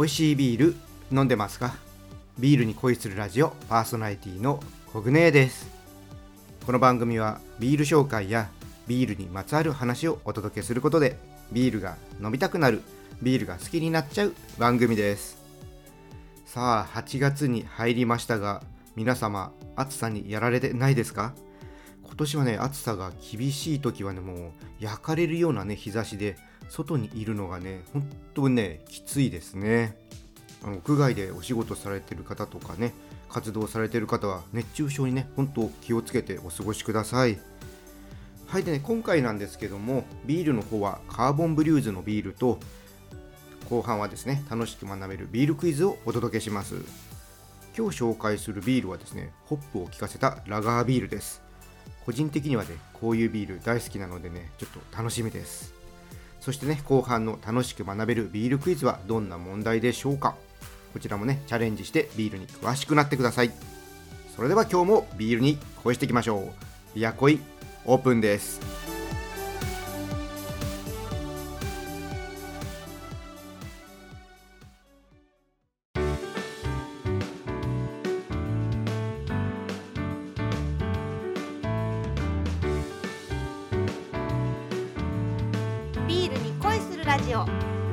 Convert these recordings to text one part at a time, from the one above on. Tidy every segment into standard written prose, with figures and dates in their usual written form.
美味しいビール飲んでますか？ビールに恋するラジオパーソナリティのコグネです。この番組はビール紹介やビールにまつわる話をお届けすることで、ビールが飲みたくなる、ビールが好きになっちゃう番組です。さあ8月に入りましたが、皆様暑さにやられてないですか？今年はね、暑さが厳しい時はね、もう焼かれるようなね日差しで外にいるのがね、本当にねきついですね。屋外でお仕事されてる方とかね、活動されてる方は熱中症にね、本当気をつけてお過ごしください。はい。でね、今回なんですけども、ビールの方はカーボンブリューズのビールと、後半はですね、楽しく学べるビールクイズをお届けします。今日紹介するビールはですね、ホップを効かせたラガービールです。個人的にはね、こういうビール大好きなのでね、ちょっと楽しみです。そしてね、後半の楽しく学べるビールクイズはどんな問題でしょうか？こちらもね、チャレンジしてビールに詳しくなってください。それでは今日もビールに恋していきましょう。ビア恋オープンです。 ビールに恋するラジオ。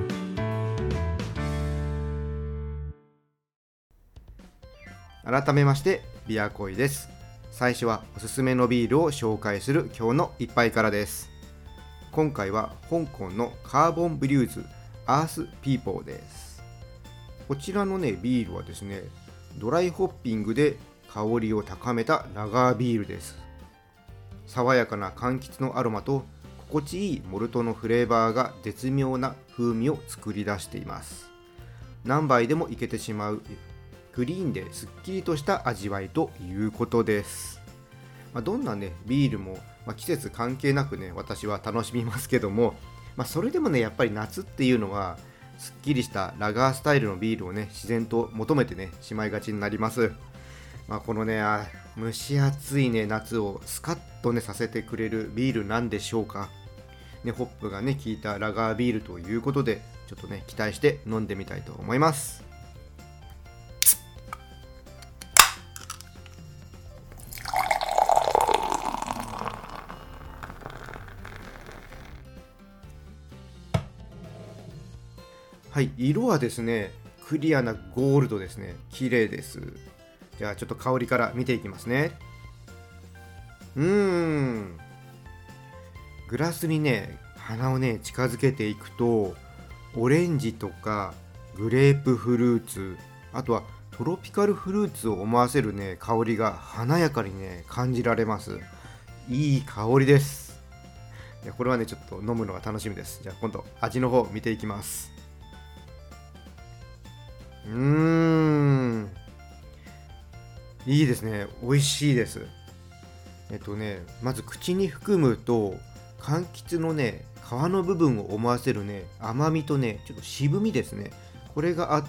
改めましてビア恋です。最初はおすすめのビールを紹介する今日の一杯からです。今回は香港のカーボンブリューズアースピーポーです。こちらのねビールはですね、ドライホッピングで香りを高めたラガービールです。爽やかな柑橘のアロマと心地いいモルトのフレーバーが絶妙な風味を作り出しています。何杯でもいけてしまうクリーンですっきりとした味わいということです。どんなねビールも、季節関係なくね、私は楽しみますけども、それでもね、やっぱり夏っていうのはすっきりしたラガースタイルのビールをね、自然と求めてねしまいがちになります。このね蒸し暑いね夏をスカッとねさせてくれるビールなんでしょうかね。ホップがね効いたラガービールということで、ちょっとね期待して飲んでみたいと思います。はい、色はですね、クリアなゴールドですね。綺麗です。じゃあちょっと香りから見ていきますね。グラスにね、鼻をね、近づけていくと、オレンジとかグレープフルーツ、あとはトロピカルフルーツを思わせるね、香りが華やかにね、感じられます。いい香りです。これはね、ちょっと飲むのが楽しみです。じゃあ今度、味の方見ていきます。いいですね。美味しいです。まず口に含むと、柑橘のね、皮の部分を思わせるね、甘みとね、ちょっと渋みですね。これがあって、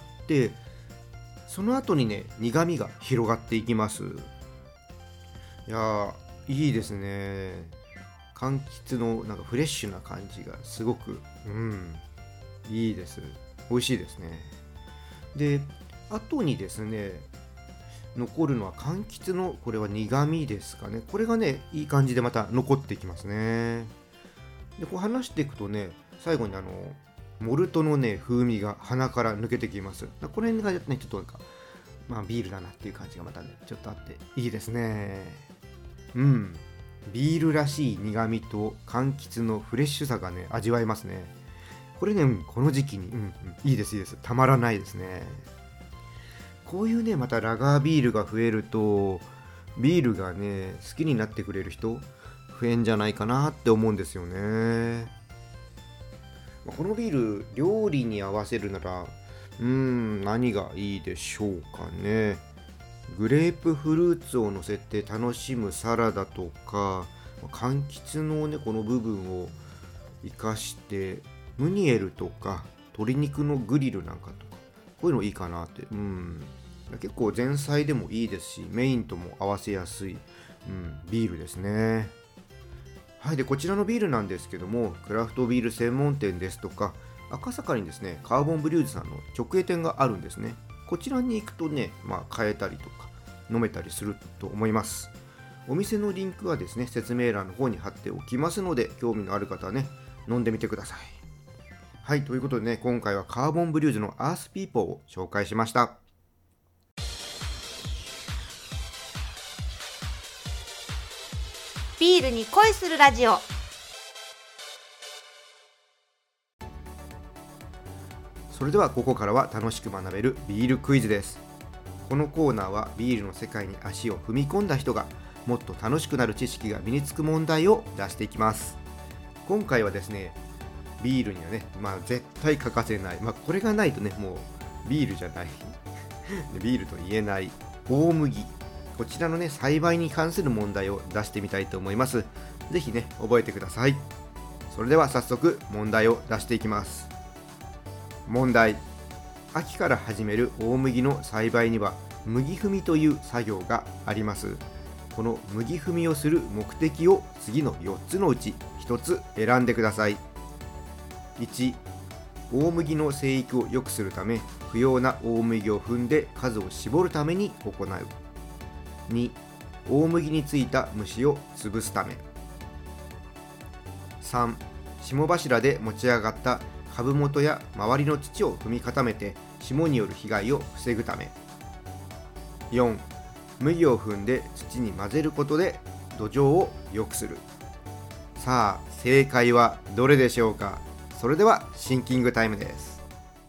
その後にね、苦みが広がっていきます。いやー、いいですね。柑橘のなんかフレッシュな感じがすごく、いいです。美味しいですね。で、後にですね、残るのは柑橘の、これは苦味ですかね。これがね、いい感じでまた残っていきますね。で、こう話していくとね、最後にモルトのね、風味が鼻から抜けてきます。これがね、ちょっとなんか、ビールだなっていう感じがまたね、ちょっとあっていいですね。ビールらしい苦味と柑橘のフレッシュさがね、味わえますね。これね、この時期に、いいです、いいです。たまらないですね。こういうね、またラガービールが増えると、ビールがね、好きになってくれる人、増えんじゃないかなって思うんですよね。このビール、料理に合わせるなら、何がいいでしょうかね。グレープフルーツを乗せて楽しむサラダとか、柑橘のね、この部分を生かして、ムニエルとか、鶏肉のグリルなんかとか、こういうのいいかなって。結構前菜でもいいですし、メインとも合わせやすい、ビールですね。はい。でこちらのビールなんですけども、クラフトビール専門店ですとか赤坂にですねカーボンブリューズさんの直営店があるんですね。こちらに行くとね、買えたりとか飲めたりすると思います。お店のリンクはですね説明欄の方に貼っておきますので、興味のある方はね飲んでみてください。はい、ということでね、今回はカーボンブリューズのアースピーポーを紹介しました。 ビールに恋するラジオ。 それではここからは楽しく学べるビールクイズです。このコーナーはビールの世界に足を踏み込んだ人がもっと楽しくなる知識が身につく問題を出していきます。今回はですね、ビールにはね、絶対欠かせない、これがないとねもうビールじゃないビールと言えない大麦、こちらのね栽培に関する問題を出してみたいと思います。ぜひね覚えてください。それでは早速問題を出していきます。問題。秋から始める大麦の栽培には麦踏みという作業があります。この麦踏みをする目的を次の4つのうち1つ選んでください。1、大麦の生育を良くするため不要な大麦を踏んで数を絞るために行う。2、大麦についた虫を潰すため。3、霜柱で持ち上がった株元や周りの土を踏み固めて霜による被害を防ぐため。4、麦を踏んで土に混ぜることで土壌を良くする。さあ正解はどれでしょうか。それではシンキングタイムです。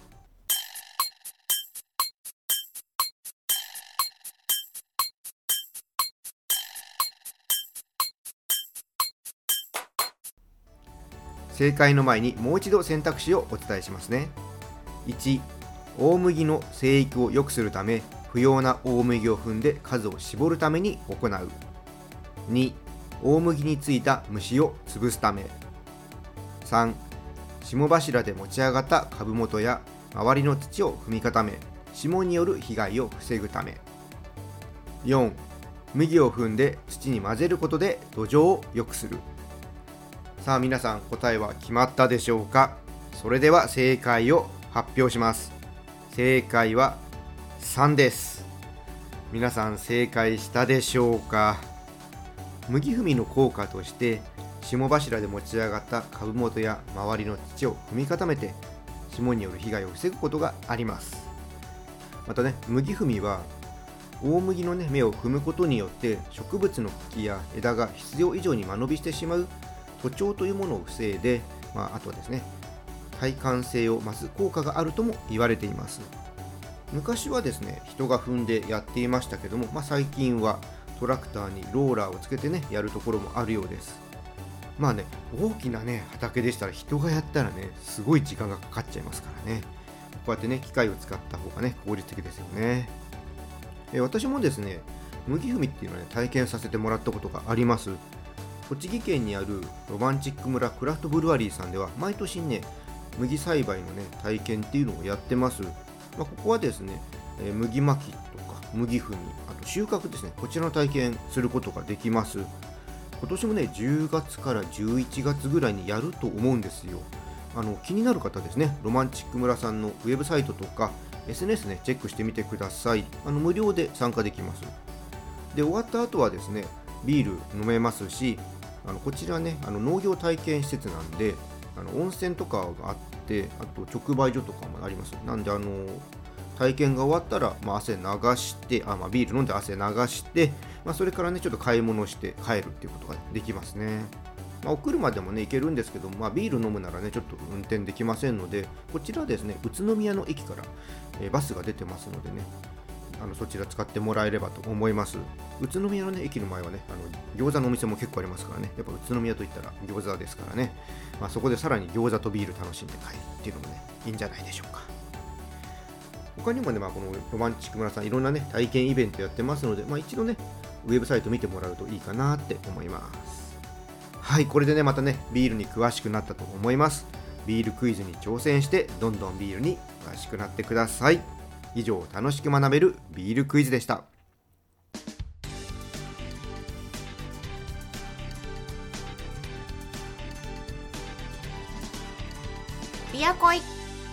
正解の前にもう一度選択肢をお伝えしますね。1、大麦の生育を良くするため不要な大麦を踏んで数を絞るために行う。2、大麦についた虫を潰すため。3、霜柱で持ち上がった株元や周りの土を踏み固め霜による被害を防ぐため。4、麦を踏んで土に混ぜることで土壌を良くする。さあ皆さん答えは決まったでしょうか。それでは正解を発表します。正解は3です。皆さん正解したでしょうか。麦踏みの効果として霜柱で持ち上がった株元や周りの土を踏み固めて霜による被害を防ぐことがあります。またね、麦踏みは大麦の、芽を踏むことによって植物の茎や枝が必要以上に間延びしてしまう徒長というものを防いで、あとはですね、耐寒性を増す効果があるとも言われています。昔はですね、人が踏んでやっていましたけども、最近はトラクターにローラーをつけてね、やるところもあるようです。大きなね、畑でしたら人がやったらね、すごい時間がかかっちゃいますからね。こうやってね、機械を使った方がね、効率的ですよね。私もですね、麦踏みっていうのをね、体験させてもらったことがあります。栃木県にあるロマンチック村クラフトブルワリーさんでは毎年ね、麦栽培のね、体験っていうのをやってます。ここはですね、麦巻きとか麦踏み、あと収穫ですね、こちらの体験することができます。今年もね、10月から11月ぐらいにやると思うんですよ。気になる方ですね、ロマンチック村さんのウェブサイトとか SNS ね、チェックしてみてください。無料で参加できます。で、終わった後はですね、ビール飲めますし、こちらね、農業体験施設なんで、温泉とかがあって、あと直売所とかもあります。なんで体験が終わったら、汗流してビール飲んで汗流して、それからねちょっと買い物して帰るっていうことができますね。お車でもね行けるんですけど、ビール飲むならねちょっと運転できませんので、こちらですね宇都宮の駅から、バスが出てますのでね、そちら使ってもらえればと思います。宇都宮のね駅の前はね餃子のお店も結構ありますからね、やっぱ宇都宮といったら餃子ですからね、そこでさらに餃子とビール楽しんで帰るっていうのもねいいんじゃないでしょうか。他にもね、このロマンチック村さんいろんなね体験イベントやってますので、一度ねウェブサイト見てもらうといいかなって思います。はい、これでねまたねビールに詳しくなったと思います。ビールクイズに挑戦してどんどんビールに詳しくなってください。以上、楽しく学べるビールクイズでした。 ビアコイ。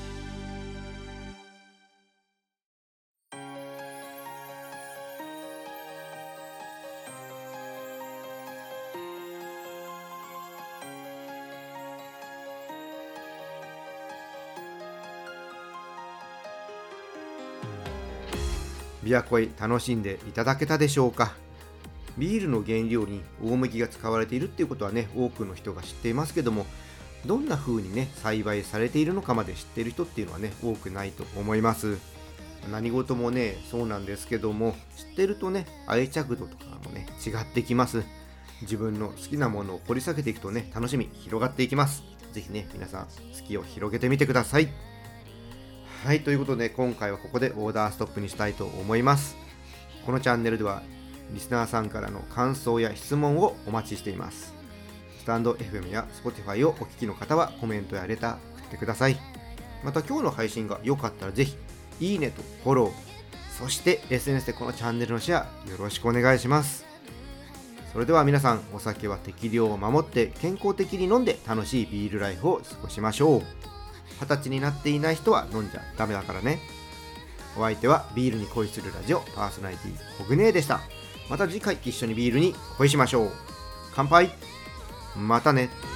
ビアコイ楽しんでいただけたでしょうか。ビールの原料に大麦が使われているっていうことはね、多くの人が知っていますけども、どんな風にね栽培されているのかまで知っている人っていうのはね多くないと思います。何事もねそうなんですけども、知ってるとね愛着度とかもね違ってきます。自分の好きなものを掘り下げていくとね楽しみ広がっていきます。ぜひね皆さん好きを広げてみてください。はい、ということで今回はここでオーダーストップにしたいと思います。このチャンネルではリスナーさんからの感想や質問をお待ちしています。スタンド FM や Spotify をお聞きの方はコメントやレター送ってください。また今日の配信が良かったらぜひいいねとフォロー、そして SNS でこのチャンネルのシェアよろしくお願いします。それでは皆さん、お酒は適量を守って健康的に飲んで楽しいビールライフを過ごしましょう。20歳になっていない人は飲んじゃダメだからね。お相手はビールに恋するラジオパーソナリティコグネーでした。また次回一緒にビールに恋しましょう。乾杯。またね。